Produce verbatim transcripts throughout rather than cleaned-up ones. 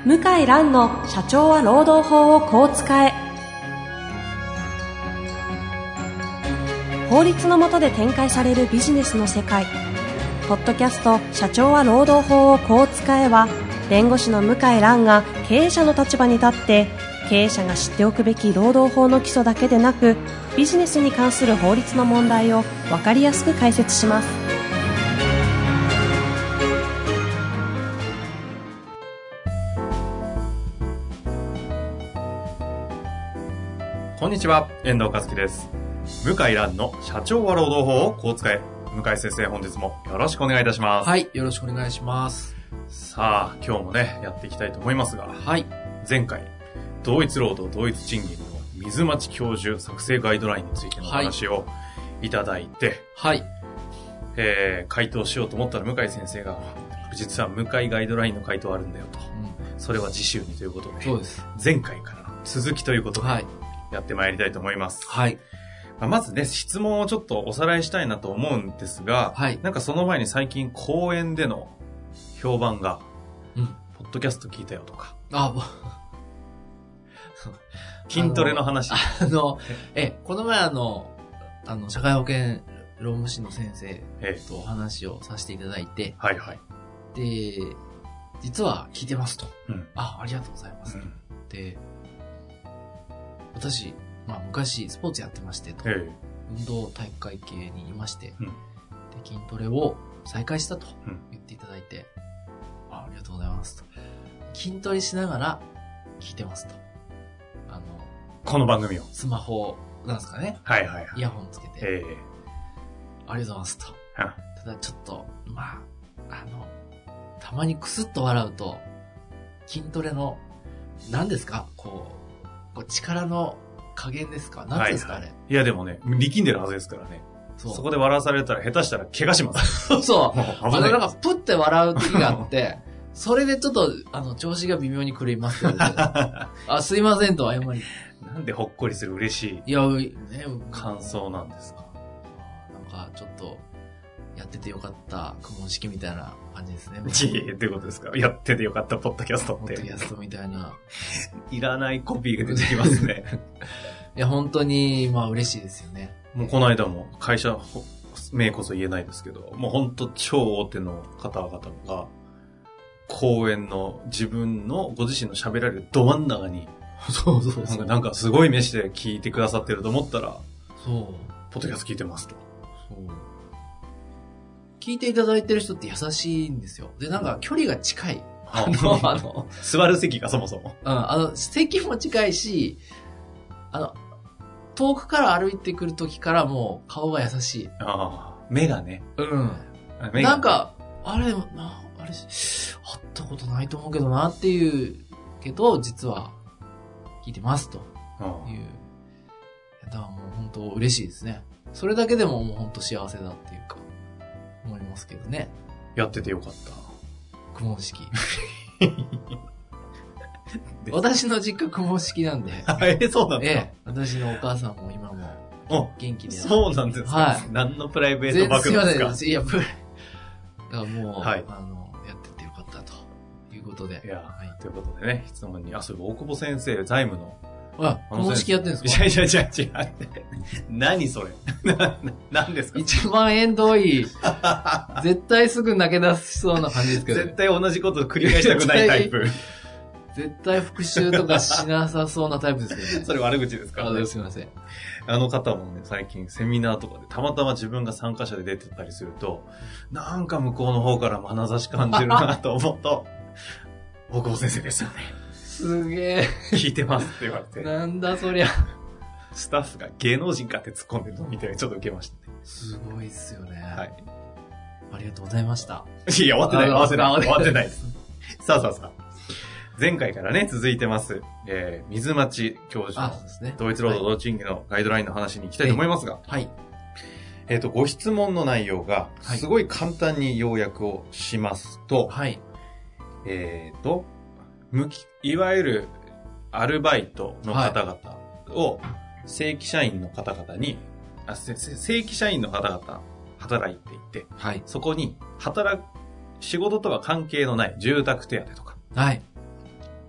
向井蘭の社長は労働法をこう使え。法律の下で展開されるビジネスの世界。ポッドキャスト社長は労働法をこう使えは、弁護士の向井蘭が経営者の立場に立って経営者が知っておくべき労働法の基礎だけでなく、ビジネスに関する法律の問題を分かりやすく解説します。 こんにちは、遠藤和樹です。向井蘭の社長は労働法をこう使え。向井先生、本日もよろしくお願いいたします。 はい、よろしくお願いします。 さあ、今日もね、やっていきたいと思いますが、 はい。 前回、同一労働同一賃金の水町教授作成ガイドラインについてのお話をいただいて、 はい。 えー、回答しようと思ったら向井先生が、実は向井ガイドラインの回答あるんだよと。うん、それは次週にということで、 そうです。 前回からの続きということで、 はい。 やってまいりたいと思います。 はい。 まあ、まずね、質問をちょっとおさらいしたいなと思うんですが、 はい。 なんかその前に最近講演での評判が、 うん。 ポッドキャスト聞いたよとか、 あ、 筋トレの話。 あの、あのえ、この前あの、あの、社会保険労務士の先生とお話をさせていただいて、 はいはい。 で、実は聞いてますと。 うん。 あ、ありがとうございます。 うん、 で、私、まあ昔スポーツやってましてと、 ええ、 運動体育会系にいまして、 うん、 で筋トレを再開したとうん言っていただいて、あ、ありがとうございますと。筋トレしながら聞いてますと。あの、 この番組を。 スマホなんですかね。 はいはいはい。 イヤホンつけて、 ええ、 ありがとうございますと。 うん、 ただちょっと、まあ、あの、たまにクスッと笑うと、筋トレの、何ですかこう、こう力の加減ですか何ですか、はいはい、あれ。 いやでもね、力んでるはずですからね。そう。そこで笑わされたら下手したら怪我します。 そうそう。あの、なんかプッて笑う時があって、それでちょっと、あの、調子が微妙に狂いますけど、あ、すいませんと謝り。 なんでほっこりする嬉しい。 いや、ね、 感想なんですか。 なんか、ちょっと、やっててよかった苦問式みたいな感じですね。 いえいえ、ってことですか。やっててよかったポッドキャストって。 ポッドキャストみたいな。 いらないコピーが出てきますね。 いや、本当に、まあ嬉しいですよね。 もうこの間も会社名こそ言えないですけど、もう本当超大手の方々が、講演の自分のご自身の喋られるど真ん中に、 そうそうそう。 なんかすごい飯で聞いてくださってると思ったら、 そう。 ポッドキャスト聞いてますと。 そう。聞いていただいてる人って優しいんですよ。で、なんか距離が近い。あの、あの、 座る席がそもそも。 うん、あの、席も近いし、あの、遠くから歩いてくる時からもう顔が優しい。 ああ、目がね。 うん。 目がなんか、あれ、な、あれ、会ったことないと思うけどなっていう、けど、実は、聞いてますという。だからもう本当嬉しいですね。それだけでももう本当幸せだっていうか、思いますけどね。 やっててよかった。 苦問式。私の実家苦問式なんで。 え、そうなんですか？ ええ。私のお母さんも今も元気で。 そうなんですか？ はい。 何のプライベート暴露ですか？ いや、プライ、だからもう、 はい、 あの、やっててよかったということで。 いや、 はい、 ということでね、質問に、あ、そういえば大久保先生、財務の。 あ、苦問式やってるんですか？いやいやいや違う。何それな、何ですか？ 一番縁遠い。絶対すぐ泣け出しそうな感じですけど、ね。 絶対同じこと繰り返したくないタイプ。 絶対復習とかしなさそうなタイプですけどね。 それ悪口ですか？ あ、すみません。 あの方もね、最近セミナーとかでたまたま自分が参加者で出てたりすると、なんか向こうの方から眼差し感じるなと思うと、大久保先生ですよね。 すげえ。 聞いてますって言われて。 なんだそりゃ。 スタッフが芸能人かって突っ込んでるのみたいにちょっと受けましたね。 すごいっすよね。 はい。 ありがとうございました。 いや、終わってない、終わってない、終わってないです。さあさあさあ。前回からね、続いてます、えー、水町教授の同一労働同賃金のガイドラインの話に行きたいと思いますが、 はい。 えっと、ご質問の内容が、すごい簡単に要約をしますと、 はい。 えっと、向き、いわゆるアルバイトの方々を正規社員の方々に、あ、正規社員の方々働いていて、 はい。 そこに働く、仕事とは関係のない住宅手当とか、 はい。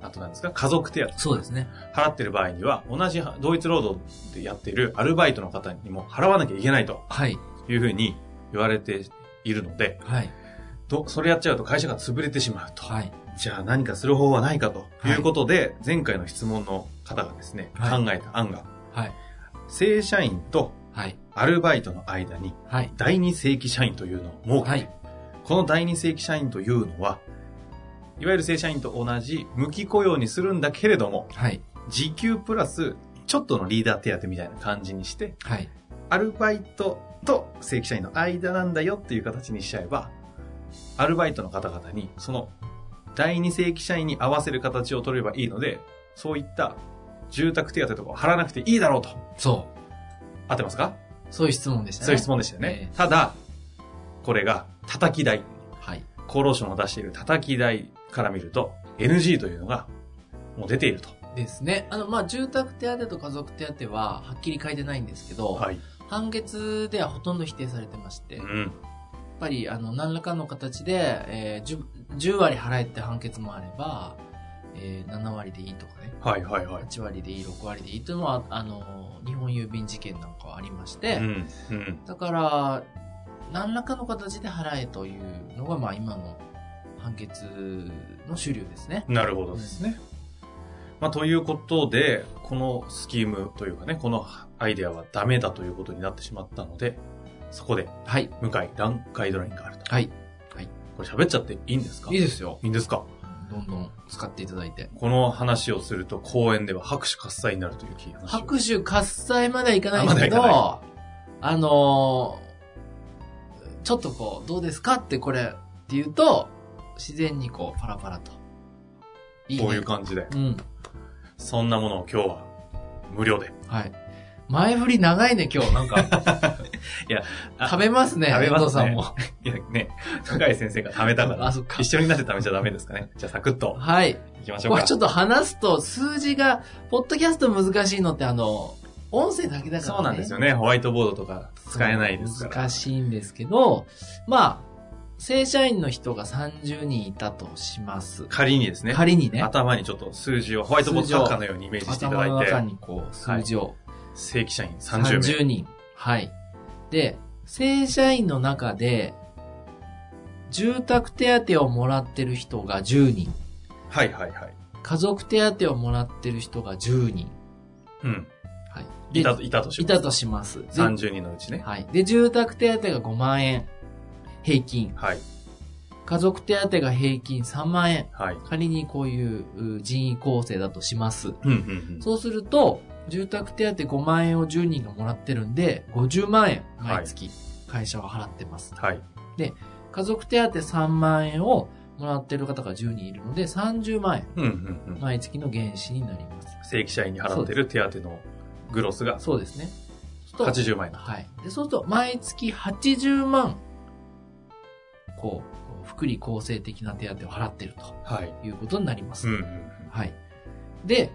あとなんですか、家族手当。 そうですね。 払ってる場合には、同じ同一労働でやっているアルバイトの方にも払わなきゃいけないと。 はい。 いうふうに言われているので、 はい。 と、それやっちゃうと会社が潰れてしまうと。 はい。 じゃあ何かする方はないかということで、はい、前回の質問の方がですね、はい、考えた案が、はい、正社員とアルバイトの間に、第二正規社員というのを設けて、はい、この第二正規社員というのは、いわゆる正社員と同じ無期雇用にするんだけれども、はい、時給プラスちょっとのリーダー手当みたいな感じにして、はい、アルバイトと正規社員の間なんだよっていう形にしちゃえば、アルバイトの方々にその第二正規社員に合わせる形を取ればいいので、そういった住宅手当とかを払わなくていいだろうと。そう。合ってますか？ そういう質問でしたね。 そういう質問でしたよね。えー、ただ、これが叩き台。はい。厚労省の出している叩き台から見ると エヌジー というのがもう出ていると。 ですね。あの、まあ、住宅手当と家族手当ははっきり書いてないんですけど、はい。判決ではほとんど否定されてまして、うん、やっぱりあの何らかの形で、えー、10, じゅう割払えって判決もあれば、えー、なな割でいいとかね、はいはいはい、はち割でいい、ろく割でいいというのはあの日本郵便事件なんかはありまして、うんうん、だから何らかの形で払えというのが、まあ、今の判決の主流ですね。 なるほどですね。うんまあ、ということで、このスキームというかね、このアイデアはダメだということになってしまったので、そこで、はい。向井ランガイドラインがあると。はい。はい。これ喋っちゃっていいんですか？ いいですよ。 いいんですか？ どんどん使っていただいて。 この話をすると、講演では拍手喝采になるという気がします。 拍手喝采まではいかないんですけど、あ, あのー、ちょっとこう、どうですかってこれって言うと、自然にこう、パラパラと。 いいね。こういう感じで。うん。そんなものを今日は無料で。 はい。前振り長いね、今日。なんか。いや、食べますね、 食べますね。さんも。いや、ね、向井先生が食べたから、あ、そっか。一緒になって食べちゃダメですかね。じゃあ、サクッと。はい。行きましょうか。 これちょっと話すと、数字が、ポッドキャスト難しいのって、あの、音声だけだからね。 そうなんですよね。ホワイトボードとか使えないですから。 難しいんですけど、まあ、正社員の人がさんじゅうにんいたとします。 仮にですね。 仮にね。 頭にちょっと数字をホワイトボード書くかのようにイメージしていただいて。 頭の中にこう、数字を。はい、 正規社員さんじゅうめい。 さんじゅうにん。はい。で、正社員の中で、住宅手当をもらってる人がじゅうにん。 はいはいはい。 家族手当をもらってる人がじゅうにん。 うん。はい。いた、いたとします。 いたとします。 さんじゅうにんのうちね。 はい。で、住宅手当がごまんえん。平均。はい。家族手当が平均さんまんえん。はい。仮にこういう人員構成だとします。うんうんうん。そうすると、住宅手当ごまんえんをじゅうにんがもらってるんで、ごじゅうまんえん毎月会社は払ってます。はい。で、家族手当さんまんえんをもらってる方がじゅうにんいるので、さんじゅうまんえん。うんうんうん。毎月の原資になります。 正規社員に払ってる手当のグロスが。 そうですね。 はちじゅうまんえん。 はい。で、そうすると、毎月はちじゅうまん、こう、福利厚生的な手当を払ってると。はい。いうことになります。うんうんうん。はい。で、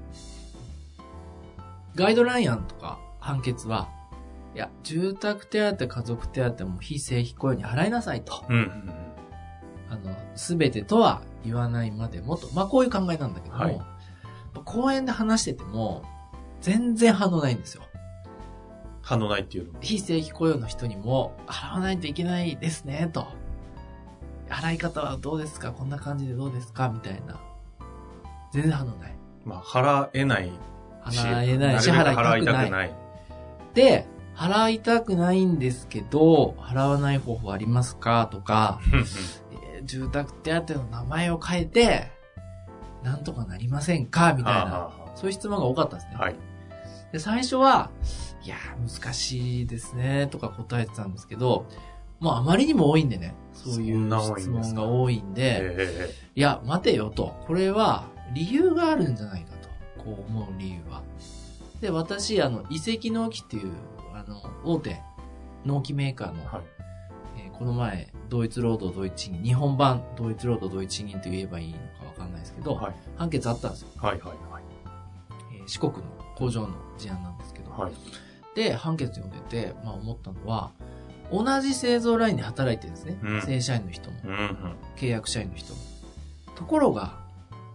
ガイドライン案とか判決は、いや、住宅手当、家族手当も非正規雇用に払いなさいと。うんうんうん。あの、すべてとは言わないまでもと。まあ、こういう考えなんだけども、はい、講演で話してても、全然反応ないんですよ。 反応ないっていうの非正規雇用の人にも、払わないといけないですね、と。払い方はどうですか？こんな感じでどうですか？みたいな。全然反応ない。 まあ、払えないし。 払えないし、払いたくない。払いたくない。で、払いたくないんですけど、払わない方法ありますか？とか、えー、住宅手当の名前を変えて、なんとかなりませんか？みたいな、はあはあ、そういう質問が多かったんですね。はい。で、最初は、いやー、難しいですね、とか答えてたんですけど、もうあまりにも多いんでね、そういう質問が多いんで、いや、待てよと、これは理由があるんじゃないかと、こう思う理由は。で、私、あの、移籍納期っていう、あの、大手納期メーカーの、はい、えー、この前、同一労働同一賃金、日本版同一労働同一賃金と言えばいいのかわかんないですけど、はい、判決あったんですよ。はいはいはい。えー、四国の工場の事案なんですけど、はい、で、判決読んでて、まあ思ったのは、同じ製造ラインで働いてるんですね。うん、正社員の人も、うんうん、契約社員の人も。ところが、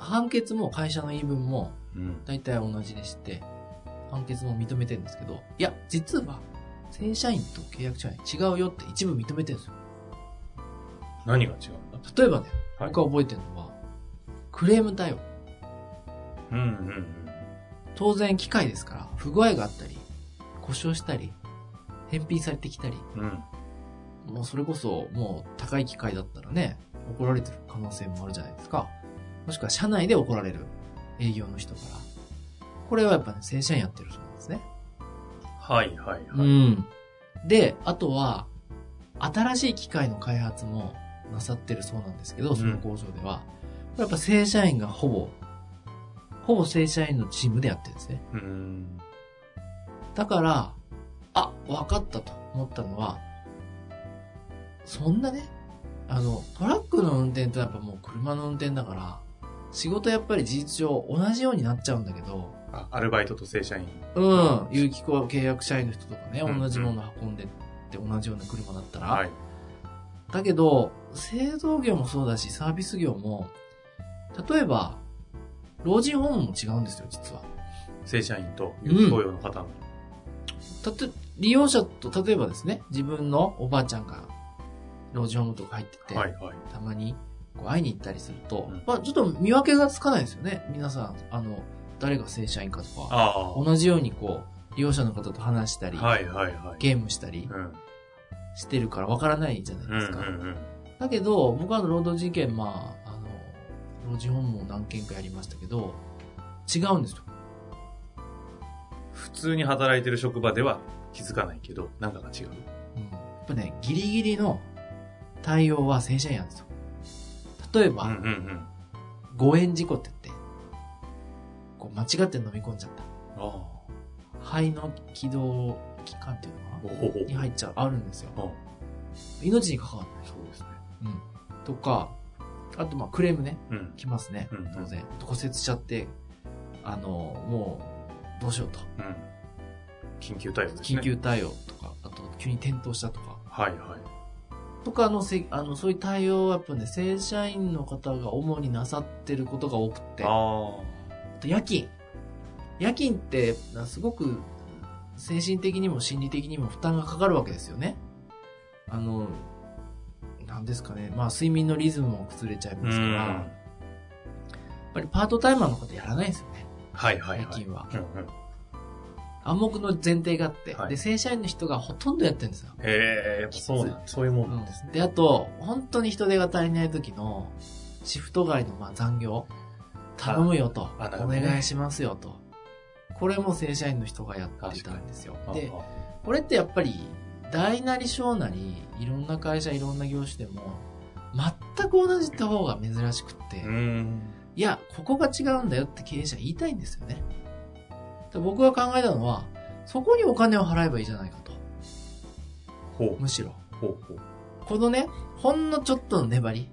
判決も会社の言い分もうん。 大体同じでして、判決も認めてるんですけど、いや、実は正社員と契約社員違うよって一部認めてるんですよ。 何が違うんだ？ 例えばね、 はい僕が覚えてるのは、クレーム対応。 うんうんうん。 当然機械ですから、不具合があったり、故障したり、返品されてきたり、 うん。 もうそれこそもう高い機械だったらね、怒られてる可能性もあるじゃないですか。もしくは社内で怒られる営業の人から。これはやっぱね、正社員やってるそうなんですね。 はいはいはい。 うん。で、あとは、新しい機械の開発もなさってるそうなんですけど、その工場では。これやっぱ正社員がほぼ、ほぼ正社員のチームでやってるんですね。 うーん。 だから、あ、わかったと思ったのは、そんなね、あの、トラックの運転ってやっぱもう車の運転だから、仕事やっぱり事実上同じようになっちゃうんだけど、 あ、アルバイトと正社員。 うん、有機構契約社員の人とかね、 うん同じもの運んでって同じような車だったら、 はい。 だけど、製造業もそうだし、サービス業も、例えば、老人ホームも違うんですよ、実は。 正社員と有期雇用の方の。 たと、利用者と、例えばですね、自分のおばあちゃんが、老人ホームとか入ってて、 はいはい。 たまにこう会いに行ったりすると、 うんまあちょっと見分けがつかないですよね。皆さん、あの、誰が正社員かとか、 あ同じようにこう、利用者の方と話したり、 あ。はいはいはい。 ゲームしたりうん。 してるからわからないじゃないうんうですか。 んうん。 だけど、僕はあの労働事件、まあ、あの、老人ホームも何件かやりましたけど、違うんですよ。 普通に働いてる職場では気づかないけど、なんかが違う。 うん、やっぱね、ギリギリの対応は正社員なんですよ。例えば、 うんうんうん。 誤嚥事故って言って、こう間違って飲み込んじゃった。 あ肺の気道器官っていうあ。 のかおほほ。 なに入っちゃう、あるんですよ。 うん。 命に関わらない。 そうですね。 うん。とか、あとまあクレームね、 うん。 来ますね。 うん当然。骨折しちゃって、あの、もう、どうしようと。 うん。緊急対応ですね。 緊急対応とか、あと急に転倒したとか。 はいはい。 とかのせ、あの、そういう対応はやっぱね、正社員の方が主になさってることが多くて。ああと夜勤。夜勤って、すごく、精神的にも心理的にも負担がかかるわけですよね。あの、なんですかね。まあ、睡眠のリズムも崩れちゃいあ。 ますから、やっぱりパートタイマーの方やらないんですよね。 はいはいはい。 夜勤は。 うんうん。 暗黙の前提があって、 はいで、正社員の人がほとんどやってるんですよ。 へえ、やっぱそうなん、そういうもんなんですね。 で、あと、本当に人手が足りない時の、シフト外のまあ残業、頼むよと、 あなるほどねお願いしますよと。これも正社員の人がやってたんですよ。で、 あこれってやっぱり、大なり小なり、いろんな会社、いろんな業種でも、全く同じって方が珍しくって、 あ。うーん。 いや、ここが違うんだよって経営者言いたいんですよね。で僕が考えたのは、そこにお金を払えばいいじゃないかと。 ほう。 むしろ。 ほうほう。 このね、ほんのちょっとの粘り。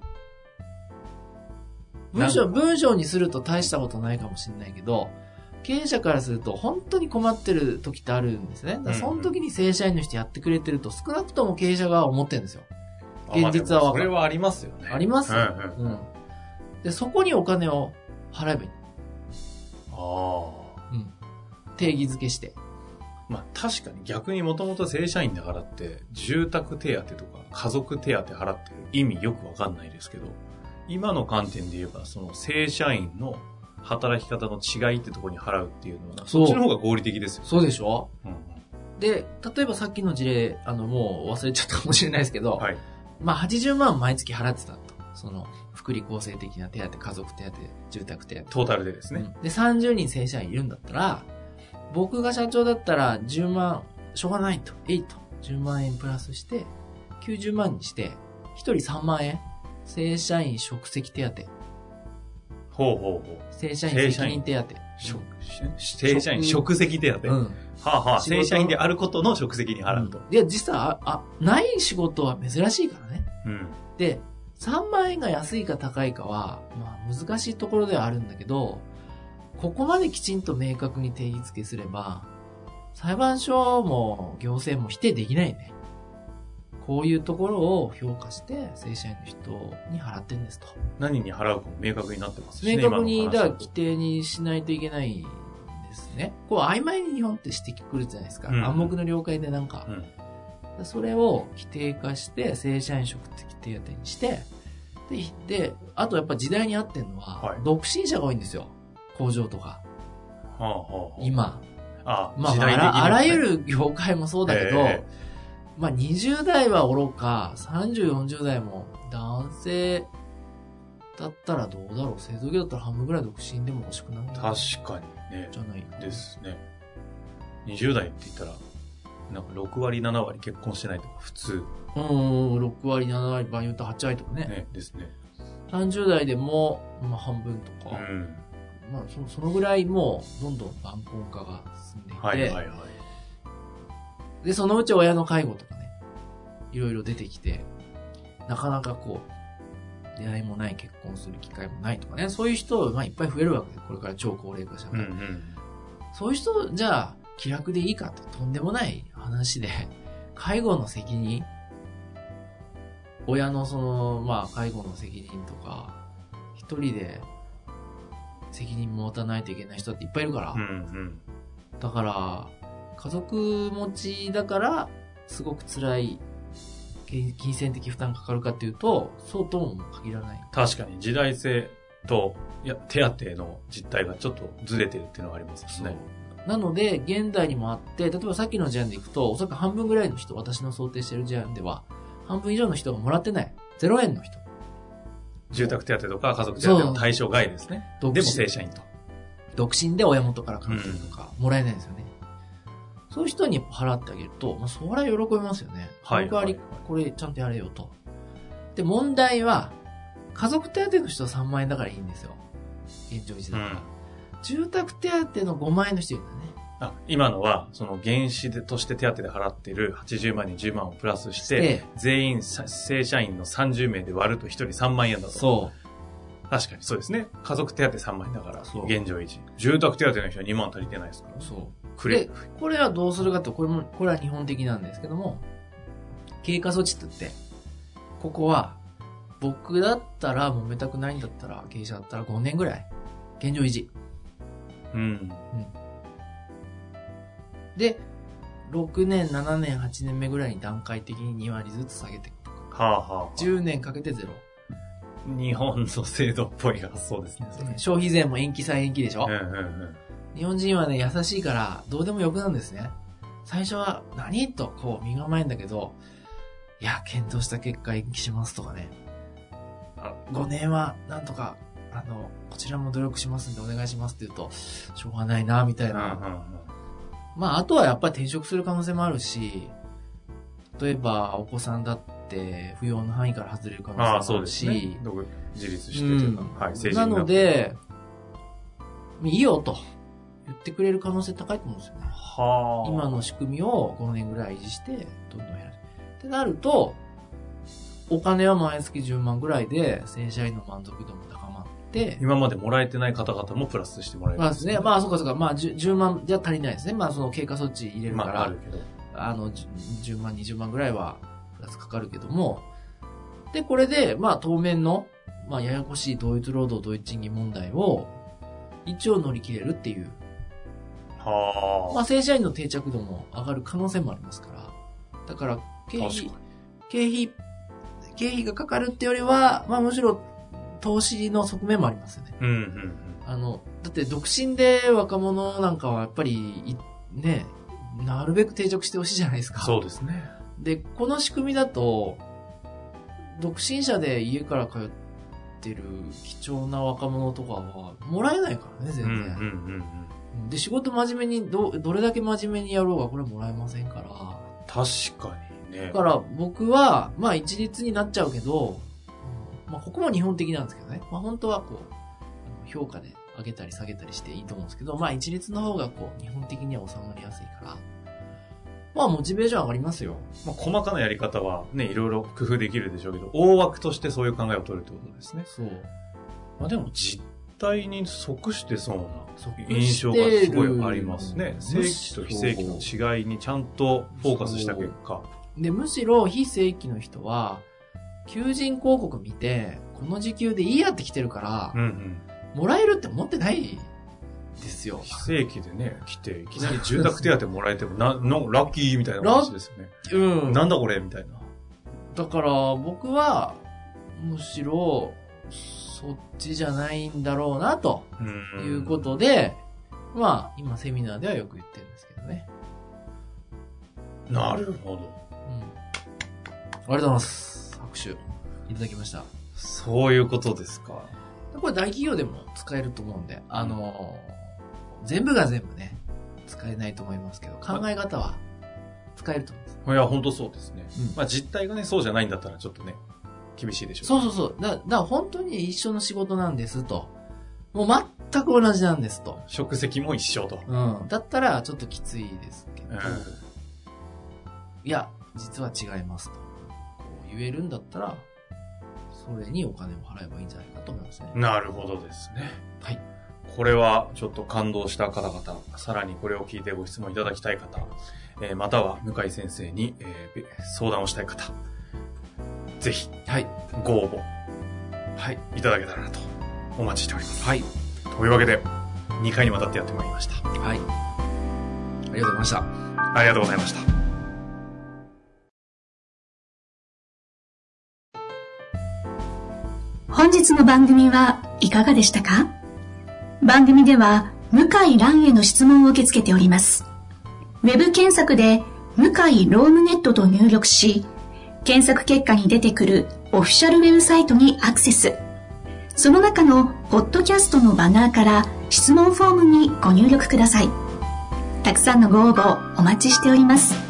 文章、文章にすると大したことないかもしれないけど、経営者からすると本当に困ってる時ってあるんですね。だからその時に正社員の人やってくれてると少なくとも経営者が思ってるんですよ。現実はわかる。 それはありますよね。 あります、 うんうん。 うん。で、そこにお金を払えばいい。 ああ。 うん。定義づけして。 まあ確かに逆にもともと正社員だからって、住宅手当とか家族手当払ってる意味よくわかんないですけど、今の観点で言えば、その正社員の働き方の違いってところに払うっていうのは、そっちの方が合理的ですよ。 そうでしょうんうん、 で、例えばさっきの事例、あの、もう忘れちゃったかもしれないですけど、 はい。 まあはちじゅうまん毎月払ってたと。その、福利厚生的な手当、家族手当、住宅手当。 トータルでですね。 うんで、さんじゅうにん正社員いるんだったら、僕が社長だったらじゅうまん、しょうがないと、えいと、じゅうまん円プラスして、きゅうじゅうまんにして、ひとりさんまん円、正社員職責手当、 ほうほうほう。 正社員責任手当。 職正社員職責手当。 うん。 はあはあ、 仕事正社員であることの職責に払うと。 いや、実は、あ、あない仕事は珍しいからね。 うん。 で、さんまん円が安いか高いかは、まあ難しいところではあるんだけど、ここまできちんと明確に定義付けすれば、裁判所も行政も否定できないね。 こういうところを評価して正社員の人に払ってるんですと。 何に払うかも明確になってますしね。 明確に、だから規定。 定にしないといけないんですね。こう曖昧に日本って指摘くるじゃないですか。 うん、 暗黙の了解でなんか、 うん、 それを規定化して正社員職的手当にして、で、で、あとやっぱ時代に合ってるのは、はい、独身者が多いんですよ。工場とか。 はあはあ、 今。 ああ、 まあ、まあ、あら、あらゆる業界もそうだけど、まあにじゅう代はおろか、さんじゅう、よんじゅう代も男性だったらどうだろう。製造業だったら半分ぐらい独身でも欲しくなる。 確かにね。 じゃないですね。にじゅう代って言ったら、なんかろく割、なな割結婚してないとか普通。 うん、ろく割、なな割、場合によってはち割とかね。 ね、ですね。 さんじゅう代でも、まあ半分とか。うん、まあそ、そのぐらいもう、どんどん晩婚化が進んでいて。はいはいはい。で、そのうち親の介護とかね、いろいろ出てきて、なかなかこう、出会いもない、結婚する機会もないとかね、そういう人、まあいっぱい増えるわけで、これから超高齢化社会。うんうん、そういう人、じゃあ、気楽でいいかってとんでもない話で、介護の責任、親のその、まあ介護の責任とか、一人で責任持たないといけない人っていっぱいいるから、うんうん、だから、家族持ちだから、すごく辛い、金銭的負担かかるかっていうと、そうとも限らない。 確かに時代性と、いや、手当の実態がちょっとずれてるっていうのがありますね。 なので、現代にもあって、例えばさっきの事案でいくと、おそらく半分ぐらいの人、私の想定している事案では、半分以上の人がもらってない。ゼロえんの人。 住宅手当とか家族手当の対象外ですね。でも正社員と。 独身で親元からかかってるとか、もらえないんですよね。そういう人に払ってあげると、まあ、それは喜びますよね。はい。その代わり、これちゃんとやれよと。で、問題は、家族手当の人はさんまん円だからいいんですよ。現状維持だから。うん、住宅手当のごまん円の人いるんだね。 あ、今のは、その原資でとして手当で払っているはちじゅうまんにじゅうまんをプラスして、全員正社員のさんじゅうめいで割るとひとりさんまん円だと。 そう。 確かにそうですね。家族手当さんまん円だから、現状維持。住宅手当の人はにまん足りてないですから。 そう。くれ。で、これはどうするかと、これも、これは日本的なんですけども、経過措置って言って、ここは、僕だったら揉めたくないんだったら、経営者だったらごねんぐらい、現状維持。うん。うん。で、ろくねん、ななねん、はちねんめぐらいに段階的にに割ずつ下げていくとか。はあはあはあ、じゅうねんかけてゼロ。 日本の制度っぽい発想ですね。それ消費税も延期再延期でしょ、うんうんうん、日本人はね、優しいからどうでもよくなるんですね。最初は何とこう身構えんだけど、いや、検討した結果延期しますとかね。あごねんはなんとか、あの、こちらも努力しますんでお願いしますって言うと、しょうがないな、みたいな。うんうんうん、まあ、あとはやっぱり転職する可能性もあるし、例えばお子さんだって扶養の範囲から外れる可能性もあるし、ああそうですね、 自立してというか、うんはい、成人にななので、いいよと言ってくれる可能性高いと思うんですよね。はあ、今の仕組みをごねんぐらい維持して、どんどんやる。ってなると、お金は毎月じゅうまんぐらいで、正社員の満足度も高まって、 今までもらえてない方々もプラスしてもらえる、 ね。まあですね。まあそうかそうか。まあじゅうまんじゃ足りないですね。まあその経過措置入れるから。まああるけど。あの、じゅうまん、にじゅうまんぐらいはプラスかかるけども。で、これで、まあ当面の、まあややこしい同一労働同一賃金問題を、一応乗り切れるっていう。はあ。まあ正社員の定着度も上がる可能性もありますから。だから、経費、経費、経費がかかるってよりは、まあむしろ投資の側面もありますよね。うんうんうん。あの、だって独身で若者なんかはやっぱり、ね、なるべく定着してほしいじゃないですか。 そうですね。 で、この仕組みだと、独身者で家から通ってる貴重な若者とかはもらえないからね、全然。うんうんうんうん、で、仕事真面目にど、どれだけ真面目にやろうがこれもらえませんから。 確かにね。 だから僕は、まあ一律になっちゃうけど、まあここも日本的なんですけどね。まあ本当はこう、評価で上げたり下げたりしていいと思うんですけど、まあ一律の方がこう、日本的には収まりやすいから、まあモチベーション上がりますよ。 まあ細かなやり方はね、いろいろ工夫できるでしょうけど、大枠としてそういう考えを取るってことですね。そう。まあでも実態に即してそうな印象がすごいありますね。正規と非正規の違いにちゃんとフォーカスした結果。 で、むしろ非正規の人は、求人広告見て、この時給でいいやって来てるから、 うんうん、 もらえるって思ってないですよ。 非正規でね、来て、いきなり住宅手当もらえても、な、の、ラッキーみたいな話ですよね。うん。なんだこれみたいな。 だから、僕は、むしろ、そっちじゃないんだろうな、ということで、まあ、今セミナーではよく言ってるんですけどね。 なるほど。うん。ありがとうございます。拍手いただきました。 そういうことですか。 これ大企業でも使えると思うんで、あの、全部が全部ね、使えないと思いますけど、考え方は使えると思います。 いや、本当そうですね。うん、まあ実態がね、そうじゃないんだったらちょっとね、厳しいでしょう。 そうそうそう。だ、だから本当に一緒の仕事なんですと。もう全く同じなんですと。 職責も一緒と。 うん。だったらちょっときついですけど、うん、いや、実は違いますと。こう言えるんだったら、それにお金を払えばいいんじゃないかと思いますね。 なるほどですね。 はい。 これはちょっと感動した方々、さらにこれを聞いてご質問いただきたい方、えー、または向井先生に、えー、相談をしたい方、ぜひ、はい、ご応募、はい、いただけたらなとお待ちしております。はい。というわけで、にかいにわたってやってまいりました。 はい。ありがとうございました。 ありがとうございました。 本日の番組はいかがでしたか？番組では向井蘭への質問を受け付けております。ウェブ検索で向井ロームネットと入力し、検索結果に出てくるオフィシャルウェブサイトにアクセス。その中のポッドキャストのバナーから質問フォームにご入力ください。たくさんのご応募お待ちしております。